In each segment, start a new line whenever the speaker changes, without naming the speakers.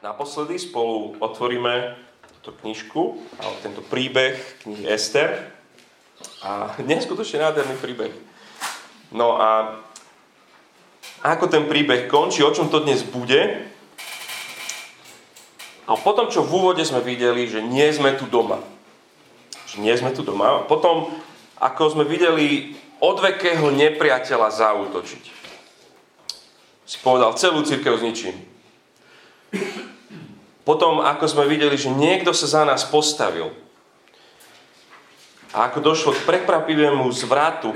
Naposledy spolu otvoríme túto knižku, alebo tento príbeh knihy Ester. A neskutočne nádherný príbeh. No a ako ten príbeh končí, o čom to dnes bude? A potom, čo v úvode sme videli, že nie sme tu doma. Že nie sme tu doma. A potom, ako sme videli odvekého nepriateľa zaútočiť. Si povedal, celú cirkev zničím. Potom, ako sme videli, že niekto sa za nás postavil. A ako došlo k prekvapivému zvratu.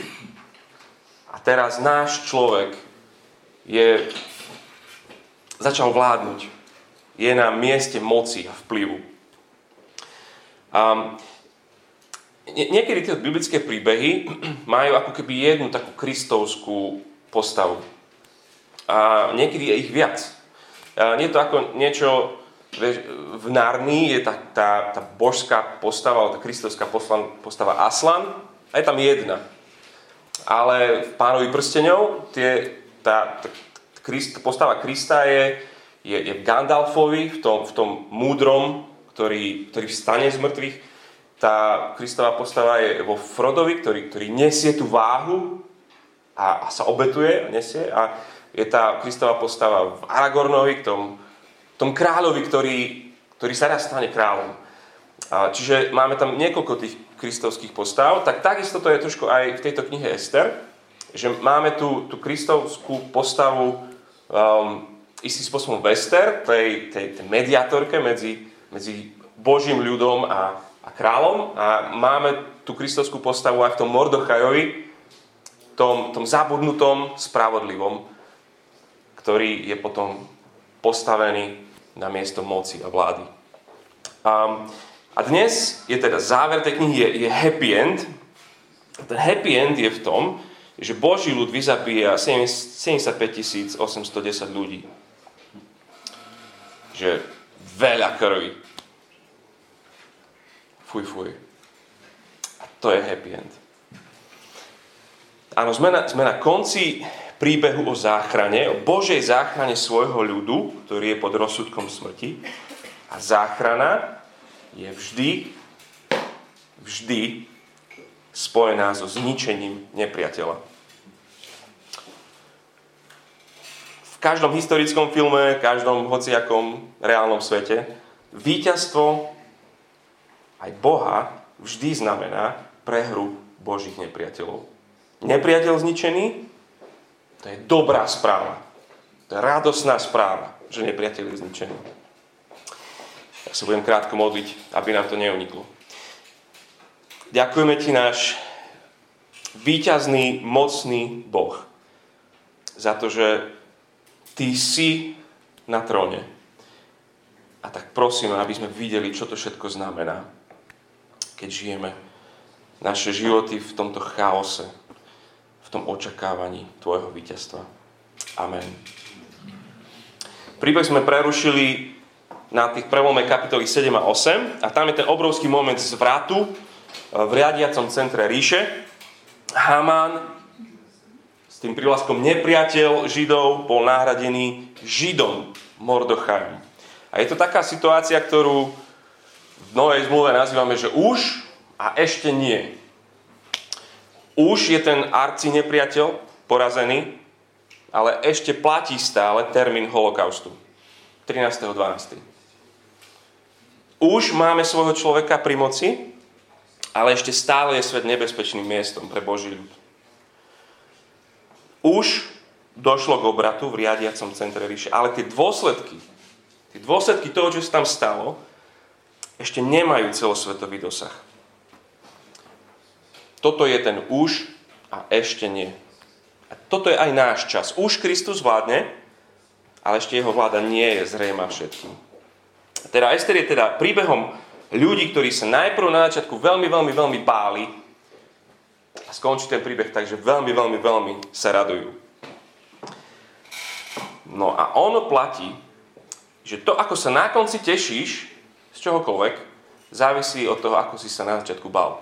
A teraz náš človek začal vládnuť. Je na mieste moci a vplyvu. Niekedy tie biblické príbehy majú ako keby jednu takú kristovskú postavu. A niekedy je ich viac. Nie je to ako niečo, v Narnii je tá božská postava, tá kristovská postava Aslan, a je tam jedna. Ale v Pánovi prsteňov tá postava Krista je v Gandalfovi, v tom múdrom, ktorý vstane z mŕtvych. Tá Kristova postava je vo Frodovi, ktorý nesie tú váhu a sa obetuje a nesie. A je tá Kristova postava v Aragornovi, tom kráľovi, ktorý sa raz stane kráľom. Čiže máme tam niekoľko tých kristovských postav. Takisto to je trošku aj v tejto knihe Ester, že máme tú kristovskú postavu istým spôsobom Ester, tej mediátorke medzi Božím ľudom a kráľom. A máme tú kristovskú postavu aj v tom Mordochajovi, tom zabudnutom spravodlivom, ktorý je potom postavený na miesto moci a vlády. A dnes je teda záver tej knihy je happy end. Ten happy end je v tom, že Boží ľud vyzabíja 75 810 ľudí. Že veľa krvi. Fuj. A to je happy end. Áno, sme na konci príbehu o záchrane, o Božej záchrane svojho ľudu, ktorý je pod rozsudkom smrti. A záchrana je vždy spojená so zničením nepriateľa. V každom historickom filme, každom hociakom reálnom svete víťazstvo aj Boha vždy znamená prehru Božích nepriateľov. Nepriateľ zničený, to je dobrá správa. To je radosná správa, že nepriateľ je zničený. Ja sa budem krátko modliť, aby nám to neuniklo. Ďakujeme ti, náš víťazný, mocný Boh, za to, že ty si na tróne. A tak prosím, aby sme videli, čo to všetko znamená, keď žijeme naše životy v tomto chaose, v tom očakávaní tvojho víťazstva. Amen. Príbeh sme prerušili na tých prelome kapitoly 7 a 8 a tam je ten obrovský moment zvratu v riadiacom centre ríše. Haman s tým prívlaskom nepriateľ Židov bol nahradený Židom Mordochajom. A je to taká situácia, ktorú v Novej zmluve nazývame, že už a ešte nie. Už je ten arci nepriateľ porazený, ale ešte platí stále termín holokaustu. 13.12. Už máme svojho človeka pri moci, ale ešte stále je svet nebezpečným miestom pre Boží ľud. Už došlo k obratu v riadiacom centre ríše, ale tie dôsledky toho, čo sa tam stalo, ešte nemajú celosvetový dosah. Toto je ten už a ešte nie. A toto je aj náš čas. Už Kristus vládne, ale ešte jeho vláda nie je zrejmá všetkým. Teda Ester je teda príbehom ľudí, ktorí sa najprv na začiatku veľmi báli a skončí ten príbeh tak, že veľmi sa radujú. No a ono platí, že to, ako sa na konci tešíš z čohokoľvek, závisí od toho, ako si sa na začiatku bál.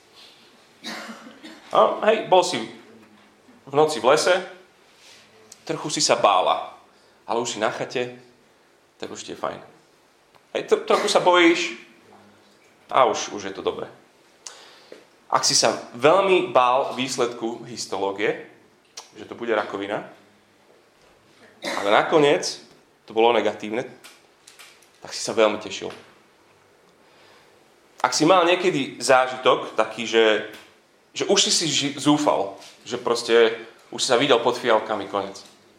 Bol si v noci v lese, trochu si sa bála, ale už si na chate, tak už je fajn. Hej, trochu sa bojíš a už je to dobré. Ak si sa veľmi bál výsledku histológie, že to bude rakovina, ale nakoniec to bolo negatívne, tak si sa veľmi tešil. Ak si mal niekedy zážitok taký, že už si zúfal, že proste už si sa videl pod fialkami koniec.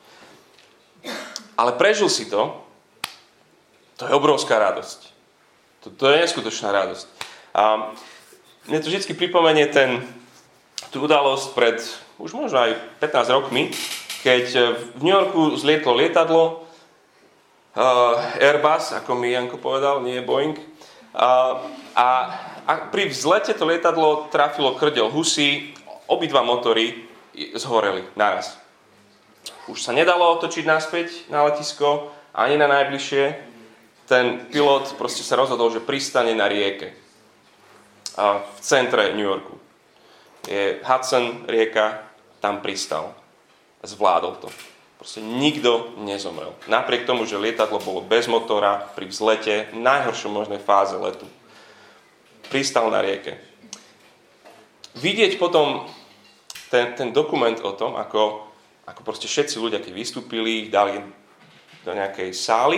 Ale prežil si to je obrovská radosť. To je neskutočná radosť. A mne to vždy pripomenie tú udalosť pred už možno aj 15 rokmi, keď v New Yorku zlietlo lietadlo Airbus, ako mi Janko povedal, nie Boeing. A pri vzlete to lietadlo trafilo krdeľ husí, obidva motory zhoreli naraz. Už sa nedalo otočiť naspäť na letisko, ani na najbližšie. Ten pilot proste sa rozhodol, že pristane na rieke. V centre New Yorku. Je Hudson, rieka, tam pristal. Zvládol to. Proste nikto nezomrel. Napriek tomu, že lietadlo bolo bez motora, pri vzlete, v najhoršej možnej fáze letu. Pristal na rieke. Vidieť potom ten dokument o tom, ako proste všetci ľudia, keď vystúpili, dali do nejakej sály.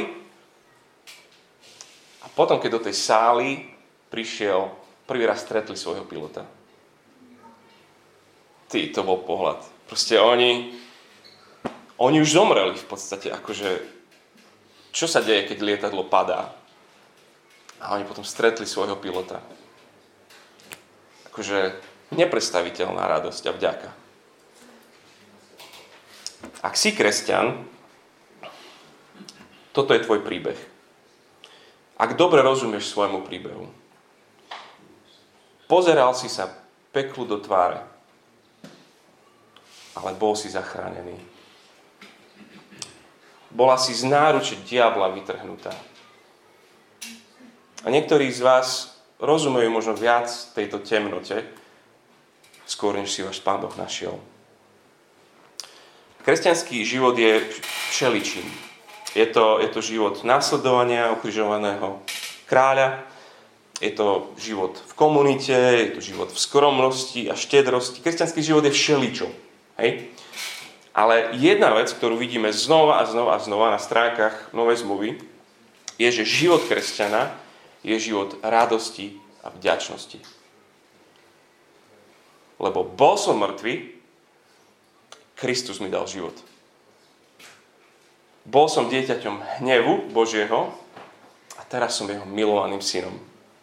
A potom, keď do tej sály prišiel, prvý raz stretli svojho pilota. To bol pohľad. Proste oni už zomreli v podstate, akože čo sa deje, keď lietadlo padá. A oni potom stretli svojho pilota. Akože nepredstaviteľná radosť a vďaka. Ak si kresťan, toto je tvoj príbeh. Ak dobre rozumieš svojmu príbehu, pozeral si sa peklu do tváre, ale bol si zachránený. Bola si z náruče diabla vytrhnutá. A niektorí z vás rozumejú možno viac tejto temnote, skôr než si váš Pán Boh našiel. Kresťanský život je všeličím. Je to život nasledovania ukrižovaného kráľa, je to život v komunite, je to život v skromnosti a štedrosti. Kresťanský život je všeličo. Hej? Ale jedna vec, ktorú vidíme znova a znova na stránkach Novej zmluvy, je, že život kresťana je život radosti a vďačnosti. Lebo bol som mŕtvy, Kristus mi dal život. Bol som dieťaťom hnevu Božieho a teraz som jeho milovaným synom.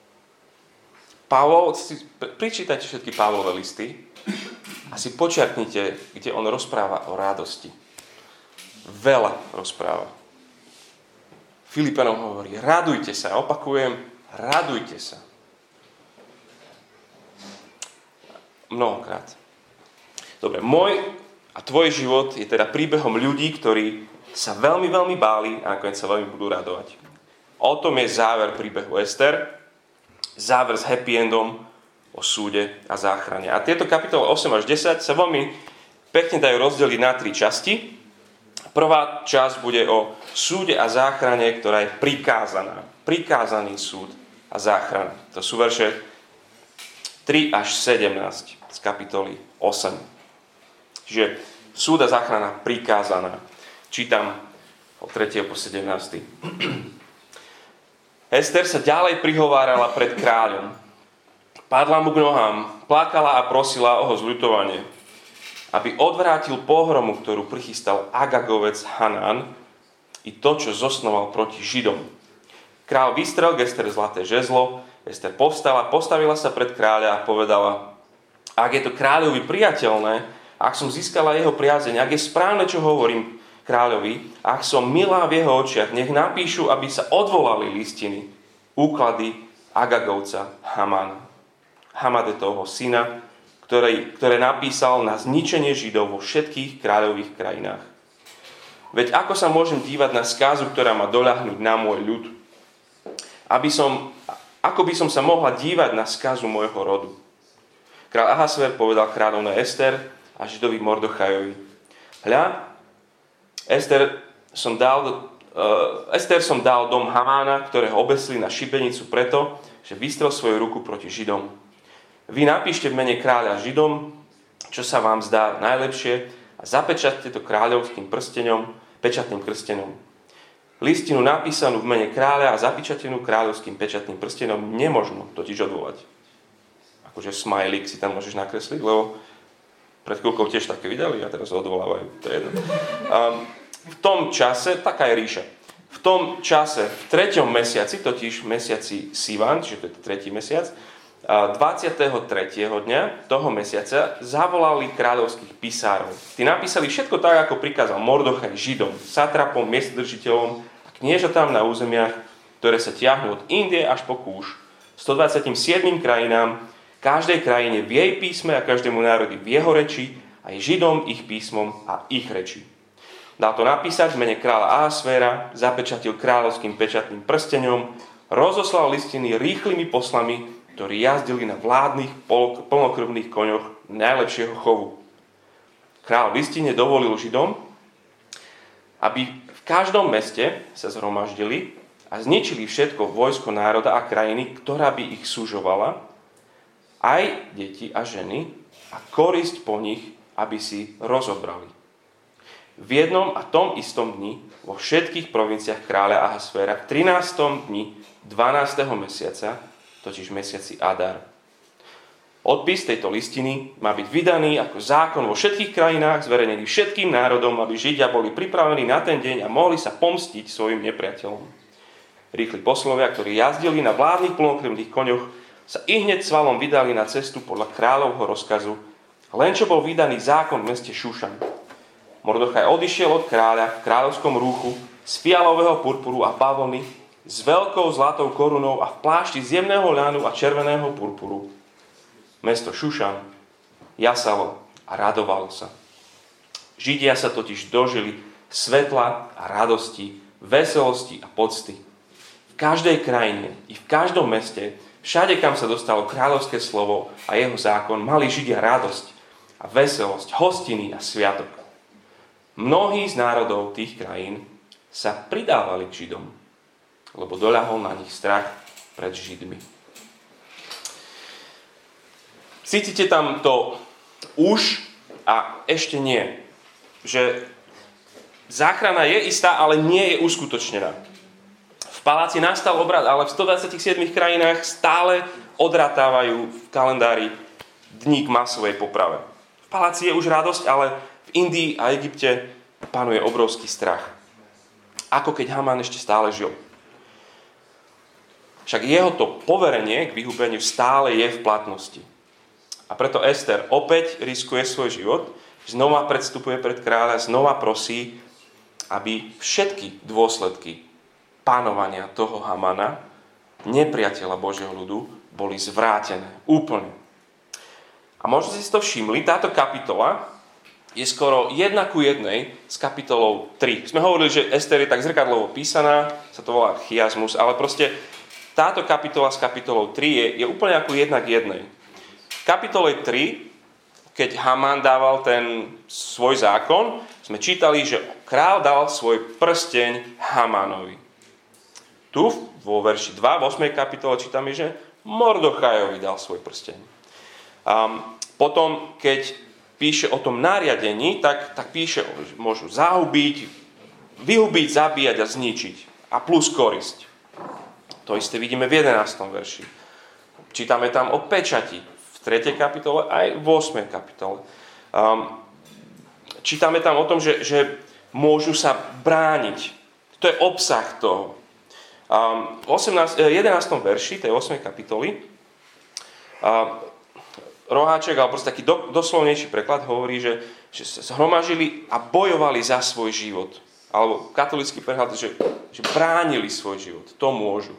Prečítajte všetky Pavlové listy a si počiarknite, kde on rozpráva o radosti. Veľa rozpráva. Filipanom hovorí, radujte sa, opakujem, radujte sa. Mnohokrát. Dobre, môj a tvoj život je teda príbehom ľudí, ktorí sa veľmi, veľmi báli a nakoniec sa veľmi budú radovať. O tom je záver príbehu Ester, záver s happy endom o súde a záchrane. A tieto kapitoly 8 až 10 sa veľmi pekne dajú rozdeliť na 3 časti. Prvá časť bude o súde a záchrane, ktorá je prikázaná. Prikázaný súd a záchrana. To sú verše 3 až 17 z kapitoly 8. Čiže súd a záchrana prikázaná. Čítam od 3. po 17. Ester sa ďalej prihovárala pred kráľom. Padla mu k nohám, plakala a prosila o ho zľutovanie, aby odvrátil pohromu, ktorú prichystal Agagovec Hanán i to, čo zosnoval proti Židom. Král vystrel k Ester zlaté žezlo, Ester povstala, postavila sa pred kráľa a povedala, ak je to kráľovi priateľné, ak som získala jeho priazeň, ak je správne, čo hovorím kráľovi, ak som milá v jeho očiach, nech napíšu, aby sa odvolali listiny, úklady Agagovca Hamána. Hamadetovho syna, ktoré napísal na zničenie Židov vo všetkých kráľových krajinách. Veď ako sa môžem dívať na skázu, ktorá má doľahnúť na môj ľud? Ako by som sa mohla dívať na skázu môjho rodu? Král Ahasver povedal kráľovnej Ester a Židovi Mordochajovi. Hľa, Ester som dal Ester som dal dom Hamána, ktorého obesili na šibenicu preto, že vystrel svoju ruku proti Židom. Vy napíšte v mene kráľa Židom, čo sa vám zdá najlepšie a zapečaťte to kráľovským pečatným krstenom. Listinu napísanú v mene kráľa a zapečatenú kráľovským pečatným prstenom nemožno totiž odvolať. Akože smajlík si tam môžeš nakresliť, lebo pred chvíľkou tiež také vydali a teraz ho odvolávajú. To je jedno. V tom čase, taká je ríša, v tom čase, v 3. mesiaci, totiž mesiaci Sivan, čiže to je 3. mesiac, 23. dňa toho mesiaca zavolali kráľovských pisárov. Tí napísali všetko tak, ako prikázal Mordochaj Židom, satrapom, miestodržiteľom a kniežatám na územiach, ktoré sa tiahnu od Indie až po Kúš, 127 krajinám, každej krajine v jej písme a každému národy v jeho reči, aj Židom ich písmom a ich reči. Dal to napísať v mene kráľa Ahasvéra, zapečatil kráľovským pečatným prsteňom, rozoslal listiny rýchlymi poslami, ktorí jazdili na vládnych plnokrvných koňoch najlepšieho chovu. Kráľ v listine dovolil Židom, aby v každom meste sa zhromaždili a zničili všetko vojsko národa a krajiny, ktorá by ich sužovala, aj deti a ženy, a korisť po nich, aby si rozobrali. V jednom a tom istom dni vo všetkých provinciách kráľa Ahasvéra v 13. dni 12. mesiaca, totiž mesiaci Adar. Odpis tejto listiny má byť vydaný ako zákon vo všetkých krajinách, zverejnený všetkým národom, aby Židia boli pripravení na ten deň a mohli sa pomstiť svojim nepriateľom. Rýchli poslovia, ktorí jazdili na vládnych plnokrvných koňoch, sa ihneď svalom vydali na cestu podľa kráľovho rozkazu, len čo bol vydaný zákon v meste Šúšan. Mordochaj odišiel od kráľa v kráľovskom rúchu z fialového purpuru a bavlny, s veľkou zlatou korunou a v plášti z jemného ľanu a červeného purpuru. Mesto Šúšan jasalo a radovalo sa. Židia sa totiž dožili svetla a radosti, veselosti a pocty. V každej krajine i v každom meste, všade, kam sa dostalo kráľovské slovo a jeho zákon, mali Židia radosť a veselosť, hostiny a sviatok. Mnohí z národov tých krajín sa pridávali k Židom, lebo doľahol na nich strach pred Židmi. Cítite tam to už a ešte nie. Že záchrana je istá, ale nie je uskutočnená. V paláci nastal obrad, ale v 127 krajinách stále odratávajú v kalendári dní k masovej poprave. V paláci je už radosť, ale v Indii a Egypte panuje obrovský strach. Ako keď Haman ešte stále žil. Však jeho to poverenie k vyhubeniu stále je v platnosti. A preto Ester opäť riskuje svoj život, znova predstupuje pred kráľa, znova prosí, aby všetky dôsledky panovania toho Hamana, nepriateľa Božieho ľudu, boli zvrátené. Úplne. A možno si to všimli, táto kapitola je skoro 1:1 s kapitolou 3. Sme hovorili, že Ester je tak zrkadlovo písaná, sa to volá chiasmus, ale proste táto kapitola s kapitolou 3 je úplne ako 1:1. V kapitole 3, keď Haman dával ten svoj zákon, sme čítali, že král dal svoj prsteň Hamanovi. Tu vo verši 2, v 8. kapitole čítame, že Mordochajovi dal svoj prsteň. Potom, keď píše o tom nariadení, tak píše, že môžu zahubiť, vyhubiť, zabíjať a zničiť. A plus korisť. To isté vidíme v 11. verši. Čítame tam o pečati v 3. kapitole aj v 8. kapitole. Čítame tam o tom, že môžu sa brániť. To je obsah toho. V 11. verši tej 8. kapitoly Roháček, alebo proste taký doslovnejší preklad hovorí, že sa zhromažili a bojovali za svoj život. Alebo katolícky preklad, že bránili svoj život. To môžu.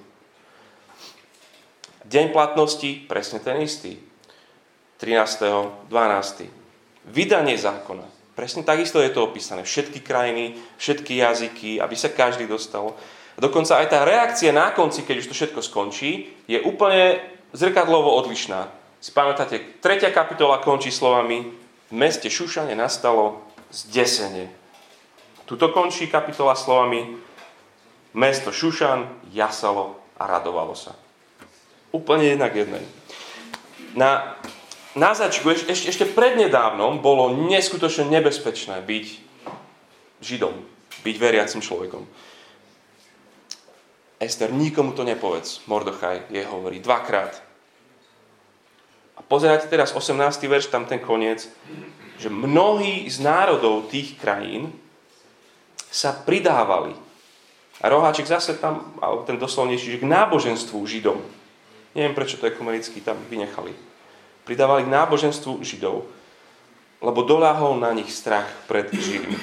Deň platnosti, presne ten istý. 13.12. Vydanie zákona. Presne takisto je to opísané. Všetky krajiny, všetky jazyky, aby sa každý dostal. A dokonca aj tá reakcia na konci, keď už to všetko skončí, je úplne zrkadlovo odlišná. Si pamätáte, 3. kapitola končí slovami: v meste Šušane nastalo zdesenie. Tuto končí kapitola slovami: Mesto Šušan jasalo a radovalo sa. Úplne jednak jednej. Na začiatku, ešte prednedávnom, bolo neskutočne nebezpečné byť Židom, byť veriacim človekom. Ester, nikomu to nepovedz. Mordochaj jej hovorí dvakrát. A pozerajte teraz 18. verš, tam ten koniec, že mnohí z národov tých krajín sa pridávali. A roháček zase tam, alebo ten doslovnejší, že k náboženstvu Židom. Neviem, prečo to ekumenicky tam vynechali. Pridávali k náboženstvu Židov, lebo doľahol na nich strach pred Židmi.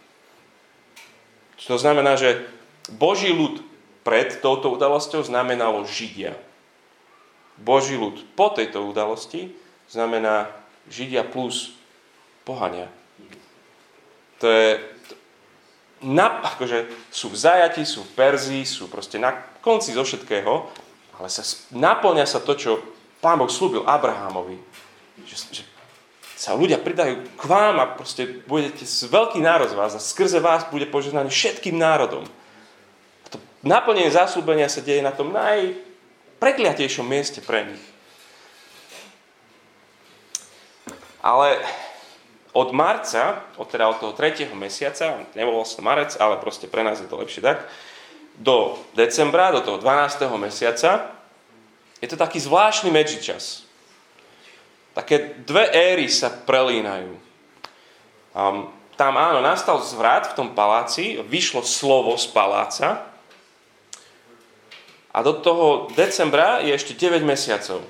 To znamená, že Boží ľud pred touto udalosťou znamenalo Židia. Boží ľud po tejto udalosti znamená Židia plus pohania. To je, akože sú v zajati, sú v Perzii, sú proste na konci zo všetkého, ale naplňa sa to, čo Pán Boh slúbil Abrahamovi. Že sa ľudia pridajú k vám a proste budete veľký národ z vás a skrze vás bude požehnaný všetkým národom. To naplnenie zasľúbenia sa deje na tom najprekliatejšom mieste pre nich. Ale od marca, od toho 3. mesiaca, nebolo to marec, ale proste pre nás je to lepšie tak, do decembra, do toho 12. mesiaca, je to taký zvláštny medzičas. Také dve éry sa prelínajú. Tam áno, nastal zvrat v tom paláci, vyšlo slovo z paláca a do toho decembra je ešte 9 mesiacov.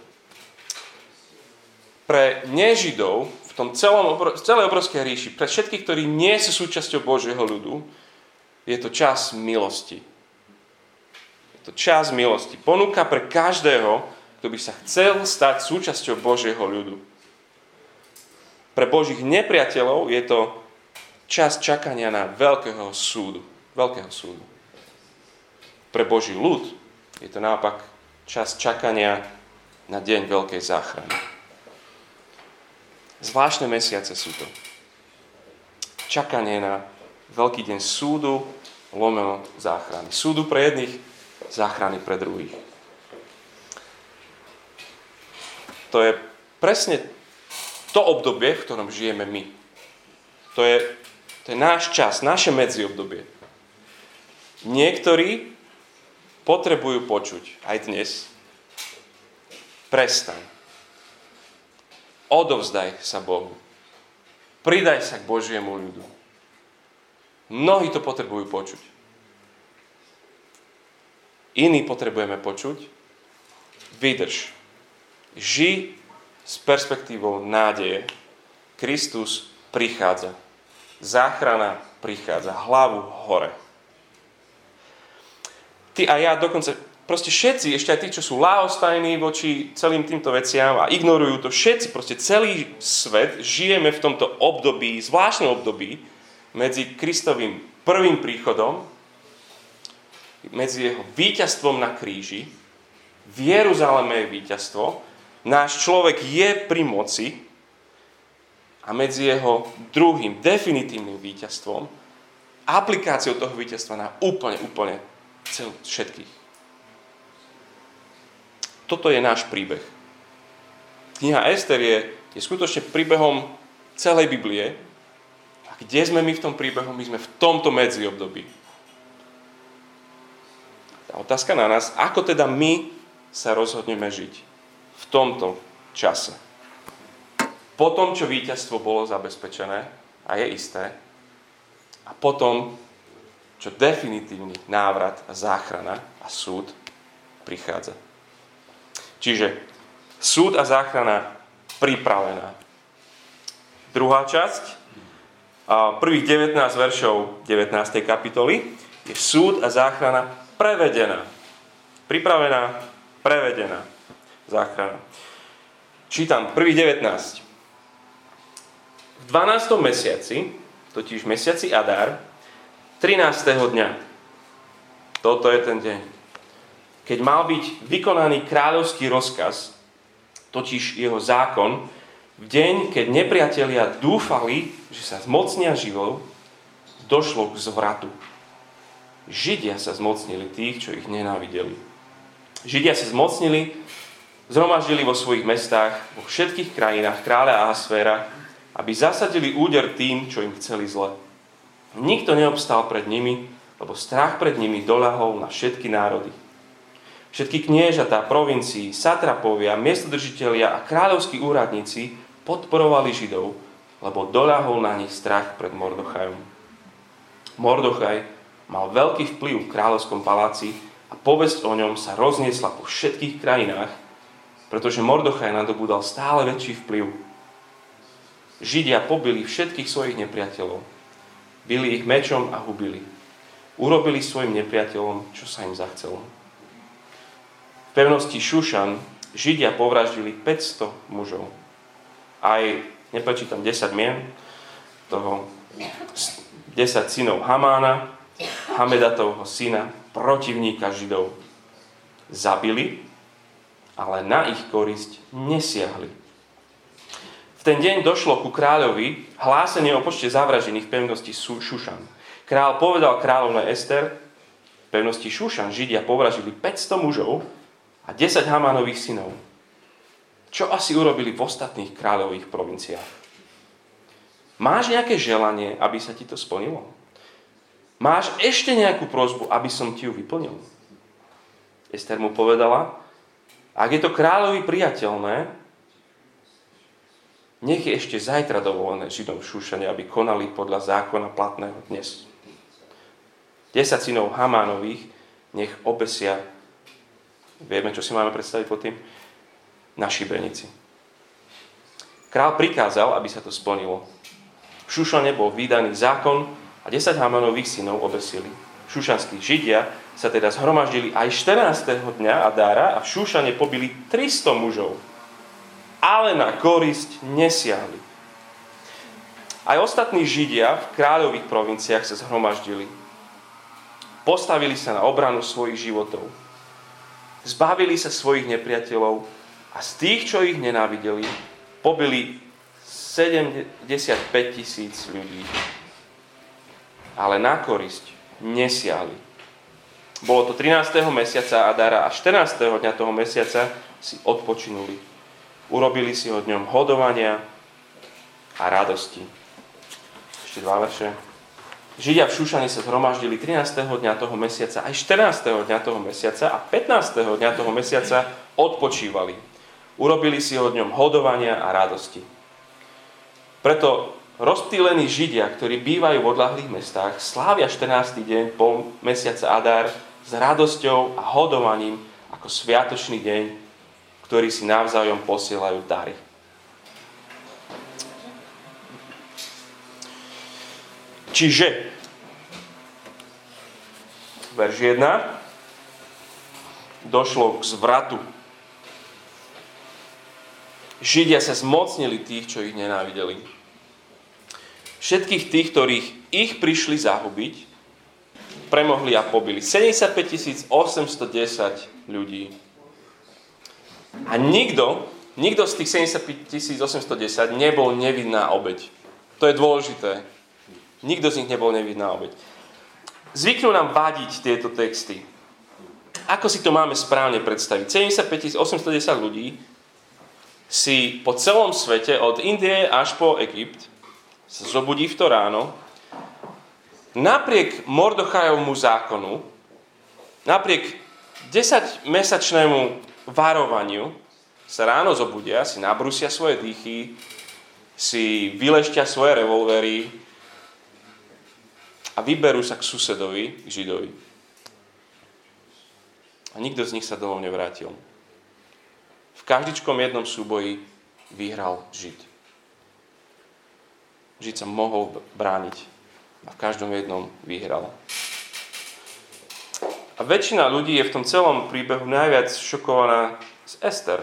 Pre nežidov v tom celej obrovskej ríši, pre všetkých, ktorí nie sú súčasťou Božieho ľudu, je to čas milosti. Je to čas milosti. Ponúka pre každého, kto by sa chcel stať súčasťou Božieho ľudu. Pre Božích nepriateľov je to čas čakania na veľkého súdu. Pre Boží ľud je to naopak čas čakania na deň veľkej záchrany. Zvláštne mesiace sú to. Čakanie na veľký deň súdu, lomeno záchrany. Súdu pre jedných, záchrany pre druhých. To je presne to obdobie, v ktorom žijeme my. To je náš čas, naše medziobdobie. Niektorí potrebujú počuť aj dnes. Prestaň. Odovzdaj sa Bohu. Pridaj sa k Božiemu ľudu. Mnohí to potrebujú počuť. Iní potrebujeme počuť. Vydrž. Žij s perspektívou nádeje. Kristus prichádza. Záchrana prichádza. Hlavu hore. Ty a ja dokonca, proste všetci, ešte aj tí, čo sú ľahostajní voči celým týmto veciam a ignorujú to, všetci, proste celý svet, žijeme v tomto období, zvláštnom období, medzi Kristovým prvým príchodom, medzi jeho víťazstvom na kríži, v Jeruzaleme je víťazstvo, náš človek je pri moci a medzi jeho druhým, definitívnym víťazstvom, aplikáciou toho víťazstva na úplne všetkých. Toto je náš príbeh. Kniha Ester je skutočne príbehom celej Biblie. A kde sme my v tom príbehu? My sme v tomto medziobdobí. Tá otázka na nás, ako teda my sa rozhodneme žiť v tomto čase. Po tom, čo víťazstvo bolo zabezpečené a je isté, a potom, čo definitívny návrat a záchrana a súd prichádza. Čiže súd a záchrana pripravená. Druhá časť, prvých 19 veršov 19. kapitoly, je súd a záchrana prevedená. Pripravená, prevedená záchrana. Čítam prvých 19. V 12. mesiaci, totiž mesiaci Adar, 13. dňa, toto je ten deň, keď mal byť vykonaný kráľovský rozkaz, totiž jeho zákon, v deň, keď nepriatelia dúfali, že sa zmocnia živlov, došlo k zvratu. Židia sa zmocnili tých, čo ich nenávideli. Židia sa zmocnili, zhromaždili vo svojich mestách, vo všetkých krajinách kráľa Ahasféra, aby zasadili úder tým, čo im chceli zle. Nikto neobstal pred nimi, lebo strach pred nimi doľahol na všetky národy. Všetky kniežatá, provincii, satrapovia, miestodržitelia a kráľovskí úradníci podporovali Židov, lebo doľahol na nich strach pred Mordochajom. Mordochaj mal veľký vplyv v kráľovskom paláci a povesť o ňom sa rozniesla po všetkých krajinách, pretože Mordochaj nadobúdal stále väčší vplyv. Židia pobili všetkých svojich nepriateľov. Bili ich mečom a hubili. Urobili svojim nepriateľom, čo sa im zachcelo. V pevnosti Šušan Židia povraždili 500 mužov. Aj, neprečítam 10 mien, toho 10 synov Hamána, Hamedatovho syna, protivníka Židov. Zabili, ale na ich korisť nesiahli. V ten deň došlo ku kráľovi hlásenie o počte zavraždených v pevnosti Šušan. Král povedal kráľovnej Ester, v pevnosti Šušan Židia povraždili 500 mužov a 10 Hamánových synov. Čo asi urobili v ostatných kráľových provinciách? Máš nejaké želanie, aby sa ti to splnilo? Máš ešte nejakú prosbu, aby som ti ju vyplnil? Ester mu povedala, ak je to kráľovi priateľné, nech je ešte zajtra dovolené Židom v Šúšane, aby konali podľa zákona platného dnes. 10 synov Hamánových nech obesia, vieme, čo si máme predstaviť pod tým, na šibenici. Král prikázal, aby sa to splnilo. V Šúšane bol vydaný zákon a 10 Hamánových synov obesili. Šúšanskí Židia sa teda zhromaždili aj 14. dňa Adára a v Šúšane pobili 300 mužov, ale na korisť nesiahli. Aj ostatní Židia v kráľových provinciách sa zhromaždili. Postavili sa na obranu svojich životov. Zbavili sa svojich nepriateľov a z tých, čo ich nenávideli, pobili 75 000 ľudí. Ale na korisť nesiahli. Bolo to 13. mesiaca Adára a 14. dňa toho mesiaca si odpočinuli. Urobili si ho dňom hodovania a radosti. Ešte 2 verše. Židia v Šušane sa zhromaždili 13. dňa toho mesiaca, aj 14. dňa toho mesiaca a 15. dňa toho mesiaca odpočívali. Urobili si ho dňom hodovania a radosti. Preto rozptýlení Židia, ktorí bývajú v odľahlých mestách, slávia 14. deň po mesiaca Adár s radosťou a hodovaním ako sviatočný deň, ktorý si navzájom posielajú dary. Čiže, verš 1, došlo k zvratu. Židia sa zmocnili tých, čo ich nenávideli. Všetkých tých, ktorých ich prišli zahubiť, premohli a pobili. 75 810 ľudí. A nikto z tých 75 810 nebol nevinná obeť. To je dôležité. Nikto z nich nebol nevinná obeť. Zvyknú nám vadiť tieto texty. Ako si to máme správne predstaviť? 75 810 ľudí si po celom svete, od Indie až po Egypt, sa zobudí v to ráno, napriek Mordochajovmu zákonu, napriek 10-mesačnému varovaniu, sa ráno zobudia, si nabrusia svoje dýchy, si vyleštia svoje revolvery a vyberú sa k susedovi, k Židovi. A nikto z nich sa domov nevrátil. V každičkom jednom súboji vyhral Žid. Žid sa mohol brániť a v každom jednom vyhral. A väčšina ľudí je v tom celom príbehu najviac šokovaná z Ester.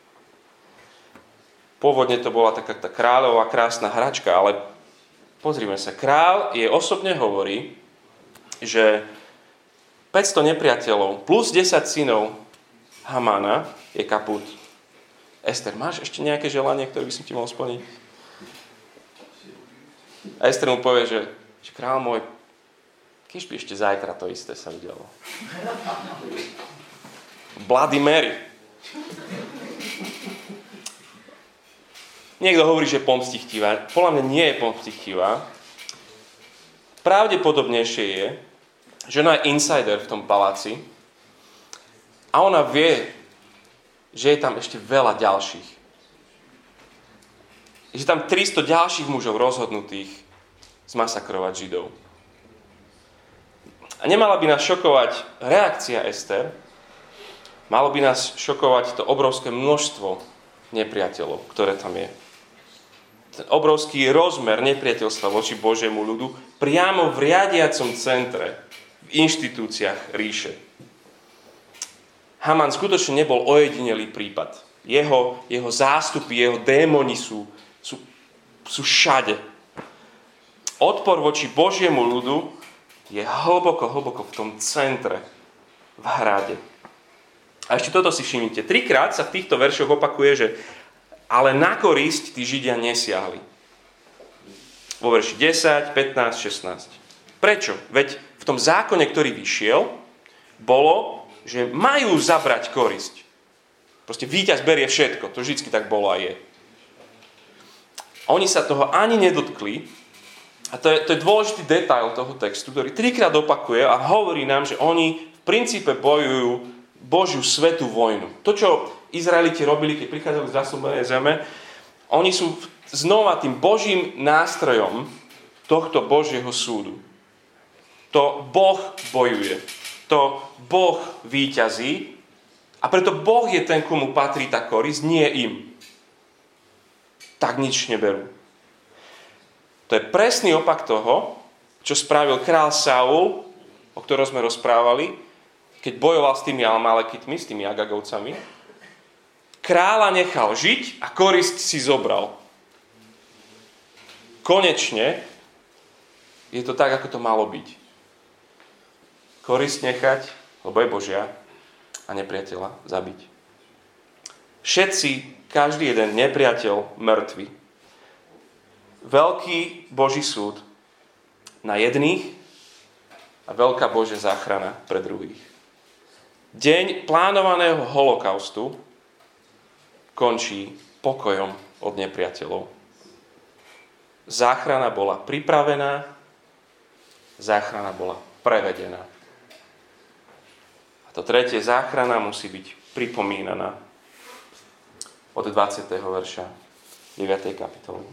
Pôvodne to bola taká tá kráľová krásna hračka, ale pozrime sa, král jej osobne hovorí, že 500 nepriateľov plus 10 synov Hamána je kaput. Ester, máš ešte nejaké želanie, ktoré by som ti mohol splniť? A Ester mu povie, že kráľ môj, Keď by ešte zajtra to isté sa udialo. Bloody Mary. Niekto hovorí, že je pomstichtivá. Podľa mňa nie je pomstichtivá. Pravdepodobnejšie je, že ona je insider v tom paláci a ona vie, že je tam ešte veľa ďalších. Že tam 300 ďalších mužov rozhodnutých zmasakrovať Židov. A nemala by nás šokovať reakcia Ester, malo by nás šokovať to obrovské množstvo nepriateľov, ktoré tam je. Ten obrovský rozmer nepriateľstva voči Božiemu ľudu priamo v riadiacom centre, v inštitúciách ríše. Haman skutočne nebol ojedinelý prípad. Jeho zástupy, jeho démoni sú všade. Odpor voči Božiemu ľudu je hlboko v tom centre, v hrade. A ešte toto si všimnite. 3-krát sa v týchto veršoch opakuje, že ale na korisť tí Židia nesiahli. Vo verši 10, 15, 16. Prečo? Veď v tom zákone, ktorý vyšiel, bolo, že majú zabrať korisť. Proste víťaz berie všetko. To vždycky tak bolo a je. A oni sa toho ani nedotkli. A to je dôležitý detail toho textu, ktorý 3-krát opakuje a hovorí nám, že oni v princípe bojujú Božiu svätú vojnu. To, čo Izraeliti robili, keď prichádzali z zasľúbenej zeme, oni sú znova tým Božím nástrojom tohto Božieho súdu. To Boh bojuje. To Boh víťazí a preto Boh je ten, komu patrí tá korisť, nie im. Tak nič neberú. To je presný opak toho, čo spravil král Saul, o ktorom sme rozprávali, keď bojoval s tými Amalekitmi, s tými Agagovcami. Kráľa nechal žiť a korisť si zobral. Konečne je to tak, ako to malo byť. Korisť nechať, lebo je Božia, a nepriateľa zabiť. Všetci, každý jeden nepriateľ mŕtvy. Veľký Boží súd na jedných a veľká Božia záchrana pre druhých. Deň plánovaného holokaustu končí pokojom od nepriateľov. Záchrana bola pripravená, záchrana bola prevedená. A to tretie, záchrana musí byť pripomínaná od 20. verša 9. kapitoly.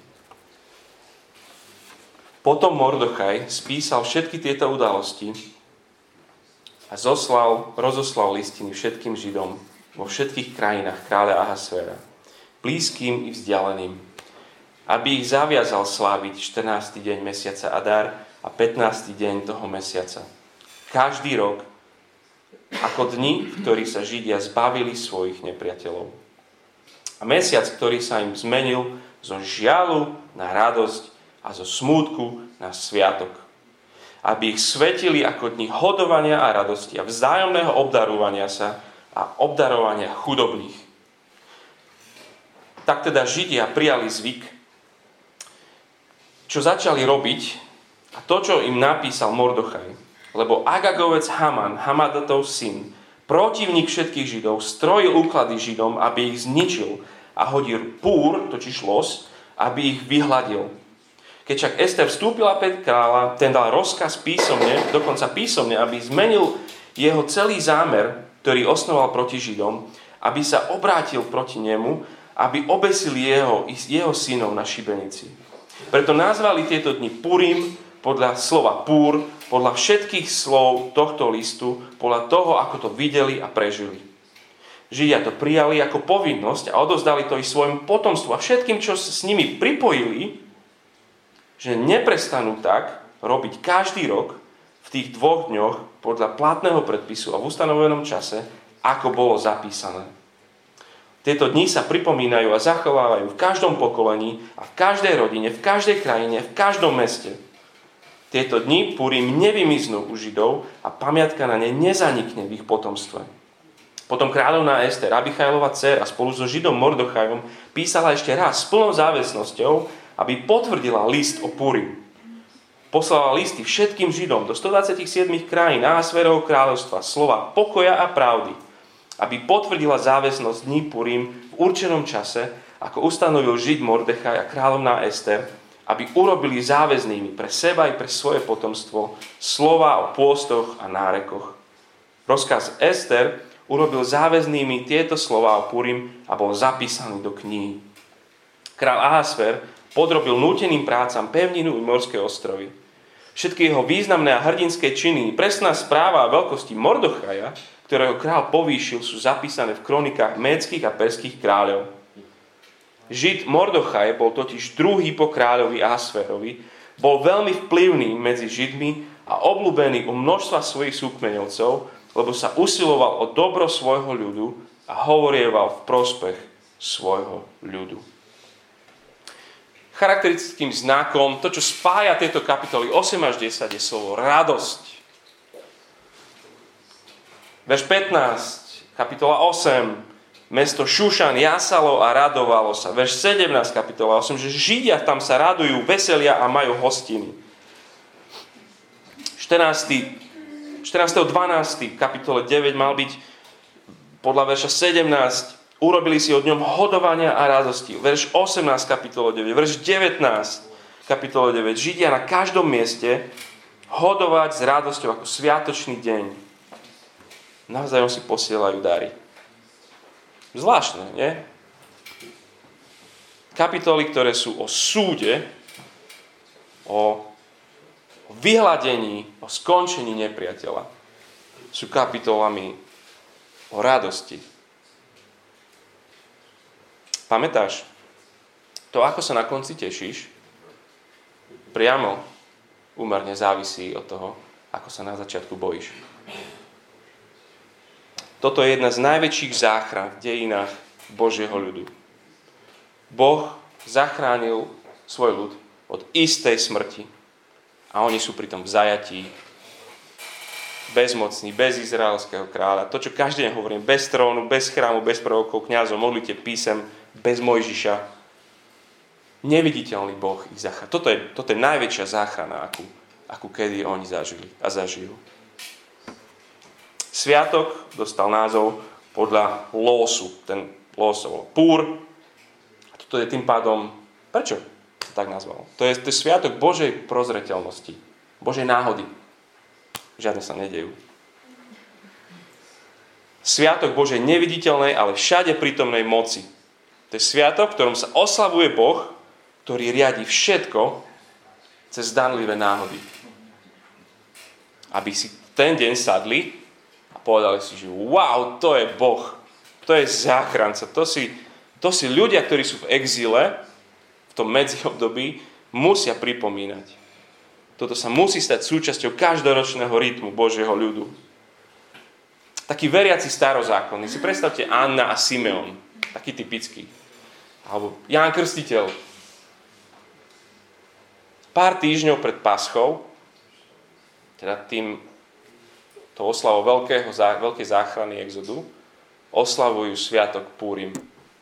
Potom Mordochaj spísal všetky tieto udalosti a rozoslal listiny všetkým Židom vo všetkých krajinách kráľa Ahasvéra, blízkym i vzdialeným, aby ich zaviazal sláviť 14. deň mesiaca Adar a 15. deň toho mesiaca. Každý rok, ako dni, v ktorých sa Židia zbavili svojich nepriateľov. A mesiac, ktorý sa im zmenil zo žialu na radosť a zo smútku na sviatok. Aby ich svetili ako dni hodovania a radosti a vzájomného obdarovania sa a obdarovania chudobných. Tak teda Židia prijali zvyk, čo začali robiť, a to, čo im napísal Mordochaj. Lebo Agagovec Haman, Hamadatov syn, protivník všetkých Židov, strojil úklady Židom, aby ich zničil a hodil púr, totiž los, aby ich vyhladil. Keď však Ester vstúpila pred kráľa, ten dal rozkaz písomne, dokonca písomne, aby zmenil jeho celý zámer, ktorý osnoval proti Židom, aby sa obrátil proti nemu, aby obesili jeho synov na šibenici. Preto nazvali tieto dni Purim podľa slova Púr, podľa všetkých slov tohto listu, podľa toho, ako to videli a prežili. Židia to prijali ako povinnosť a odovzdali to i svojmu potomstvu a všetkým, čo s nimi pripojili, že neprestanú tak robiť každý rok v tých 2 dňoch podľa platného predpisu a v ustanovenom čase, ako bolo zapísané. Tieto dni sa pripomínajú a zachovávajú v každom pokolení a v každej rodine, v každej krajine, v každom meste. Tieto dni Purim nevymiznú u Židov a pamiatka na ne nezanikne v ich potomstve. Potom kráľovná Ester, Abichajlova dcéra, spolu so Židom Mordochajom písala ešte raz s plnou záväznosťou, aby potvrdila list o Purim. poslala listy všetkým Židom do 127 krajín Ahasverovho kráľovstva slova pokoja a pravdy, aby potvrdila záväznosť dní Purim v určenom čase, ako ustanovil Žid Mordechaj a kráľovná Ester, aby urobili záväznými pre seba i pre svoje potomstvo slova o pôstoch a nárekoch. Rozkaz Ester urobil záväznými tieto slova o Purim a bol zapísaný do knihy. Král Ahasver podrobil núteným prácam pevninu i morské ostrovy. Všetky jeho významné a hrdinské činy, presná správa a veľkosti Mordochaja, ktorého král povýšil, sú zapísané v kronikách médskych a perských kráľov. Žid Mordochaj bol totiž druhý po kráľovi Ahasverovi, bol veľmi vplyvný medzi Židmi a obľúbený u množstva svojich súkmeňovcov, lebo sa usiloval o dobro svojho ľudu a hovorieval v prospech svojho ľudu. Charakteristickým znakom, to, čo spája tieto kapitoly 8 až 10, je slovo radosť. Verš 15, kapitola 8, mesto Šušan jasalo a radovalo sa. Verš 17, kapitola 8, že Židia tam sa radujú, veselia a majú hostiny. 14.12. kapitole 9 mal byť podľa verša 17, urobili si od ňom hodovania a radosti. Verš 18 kapitole 9, verš 19 kapitole 9, Židia na každom mieste hodovať s radosťou ako sviatočný deň. Navzájom si posielajú dary. Zvláštne, nie? Kapitoly, ktoré sú o súde, o vyhladení, o skončení nepriateľa, sú kapitolami o radosti. Pamätáš? To, ako sa na konci tešíš, priamo úmerne závisí od toho, ako sa na začiatku bojíš. Toto je jedna z najväčších záchran v dejinách Božieho ľudu. Boh zachránil svoj ľud od istej smrti. A oni sú pritom v zajatí, bezmocní, bez izraelského kráľa. To, čo každý deň hovorím, bez trónu, bez chrámu, bez prorokov, kňazov, modlite písem, bez Mojžiša. Neviditeľný Boh ich zachránil. Toto je najväčšia záchrana, akú kedy oni zažili a zažijú. Sviatok dostal názov podľa lósu. Ten lós bol Púr. A toto je tým pádom... Prečo to tak nazval? To je sviatok Božej prozreteľnosti. Božej náhody. Žiadne sa nedejú. Sviatok Božej neviditeľnej, ale všade prítomnej moci. To je sviatok, v ktorom sa oslavuje Boh, ktorý riadi všetko cez zdanlivé náhody. Aby si ten deň sadli a povedali si, že wow, to je Boh, to je záchranca, to si ľudia, ktorí sú v exíle, v tom medziobdobí, musia pripomínať. Toto sa musí stať súčasťou každoročného rytmu Božieho ľudu. Taký veriaci starozákonný, si predstavte Anna a Simeon, taký typický. Alebo Ján Krstiteľ. Pár týždňov pred Paschou, teda to oslavou veľkej záchrany exodu, oslavujú sviatok Púrim.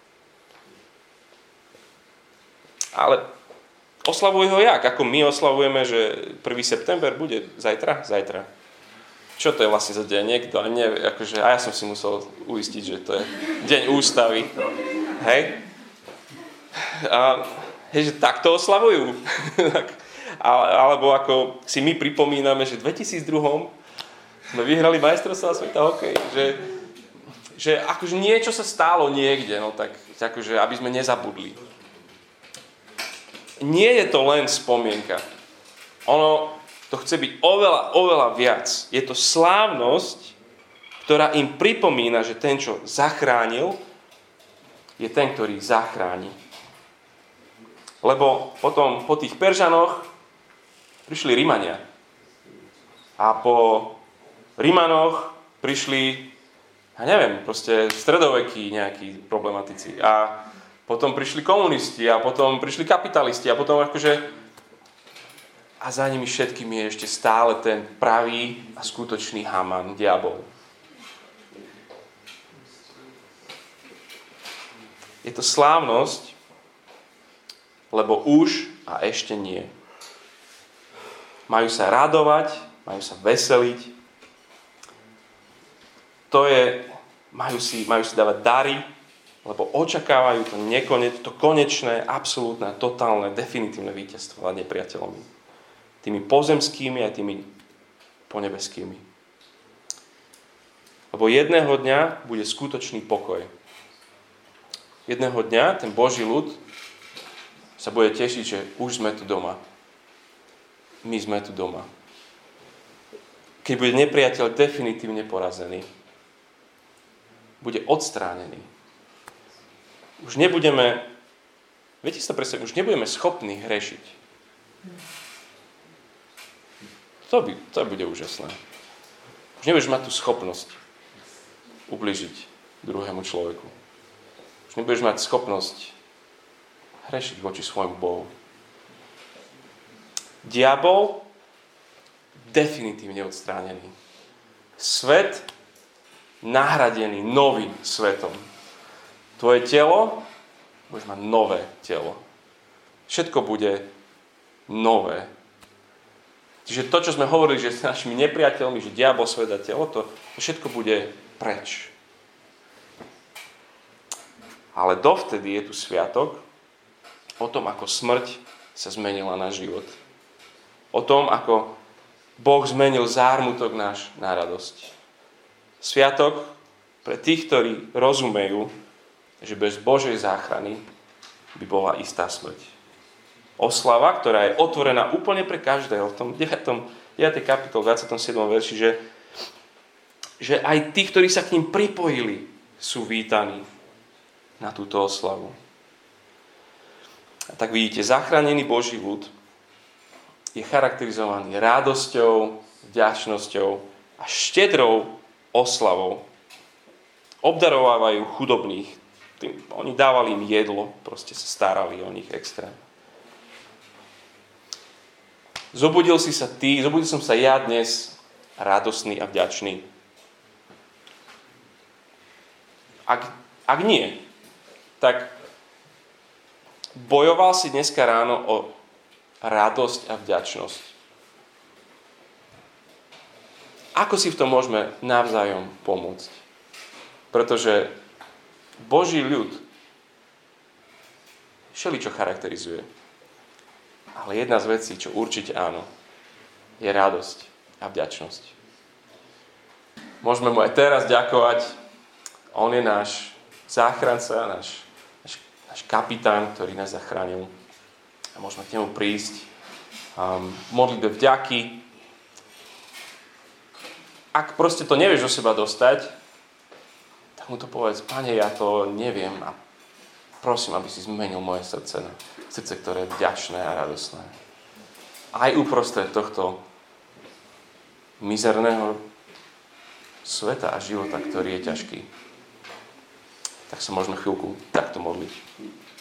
Ale oslavujú ho jak? Ako my oslavujeme, že 1. september bude zajtra? Zajtra. Čo to je vlastne za deň? Niekto nevie, akože, a ja som si musel uistiť, že to je deň ústavy. Hej? Že takto oslavujú. Alebo ako si my pripomíname, že v 2002 sme vyhrali majstrovstvá sveta hokej. Že akože niečo sa stalo niekde, no tak akože, aby sme nezabudli. Nie je to len spomienka. Ono to chce byť oveľa, oveľa viac. Je to slávnosť, ktorá im pripomína, že ten, čo zachránil, je ten, ktorý ich zachráni. Lebo potom po tých Peržanoch prišli Rimania. A po Rimanoch prišli, ja neviem, proste stredovekí nejakí problematici. A potom prišli komunisti a potom prišli kapitalisti a potom akože... A za nimi všetkým je ešte stále ten pravý a skutočný Haman, diabol. Je to slávnosť, lebo už a ešte nie. majú sa radovať, majú sa veseliť. Majú si dávať dary, lebo očakávajú to konečné, absolútne, totálne, definitívne víťazstvo nad nepriateľom. Tými pozemskými a tými ponebeskými. Lebo jedného dňa bude skutočný pokoj. Jedného dňa ten Boží ľud sa bude tešiť, že už sme tu doma. My sme tu doma. Keď bude nepriateľ definitívne porazený, bude odstránený. Už nebudeme, viete si to predstaviť, už nebudeme schopní hrešiť. To bude úžasné. Už nebudeš mať tú schopnosť ubližiť druhému človeku. Už nebudeš mať schopnosť hrešiť voči svojmu Bohu. Diabol definitívne odstránený. Svet nahradený novým svetom. Tvoje telo, budeš mať nové telo. Všetko bude nové. Čiže to, čo sme hovorili, že s našimi nepriateľmi, že diabol, svet a telo, to všetko bude preč. Ale dovtedy je tu sviatok o tom, ako smrť sa zmenila na život. O tom, ako Boh zmenil zármutok náš na radosť. Sviatok pre tých, ktorí rozumejú, že bez Božej záchrany by bola istá smrť. Oslava, ktorá je otvorená úplne pre každého. V tom 9. kapitole 27. verši, že aj tí, ktorí sa k ním pripojili, sú vítaní na túto oslavu. A tak vidíte, zachránený Boží ľud je charakterizovaný radosťou, vďačnosťou a štedrou oslavou. Obdarovávajú chudobných. Oni dávali im jedlo, proste sa starali o nich extra. Zobudil som sa ja dnes radostný a vďačný. Ak nie, tak bojoval si dneska ráno o radosť a vďačnosť. Ako si v tom môžeme navzájom pomôcť? Pretože Boží ľud všeličo charakterizuje. Ale jedna z vecí, čo určite áno, je radosť a vďačnosť. Môžeme mu aj teraz ďakovať. On je náš záchranca, náš kapitán, ktorý nás zachránil. A môžeme k nemu prísť, modlitbe vďaky. Ak proste to nevieš do seba dostať, tak mu to povedz, Pane, ja to neviem a prosím, aby si zmenil moje srdce na srdce, ktoré je vďačné a radosné. Aj uprostred tohto mizerného sveta a života, ktorý je ťažký. Tak sa môžeme chvíľku takto modliť.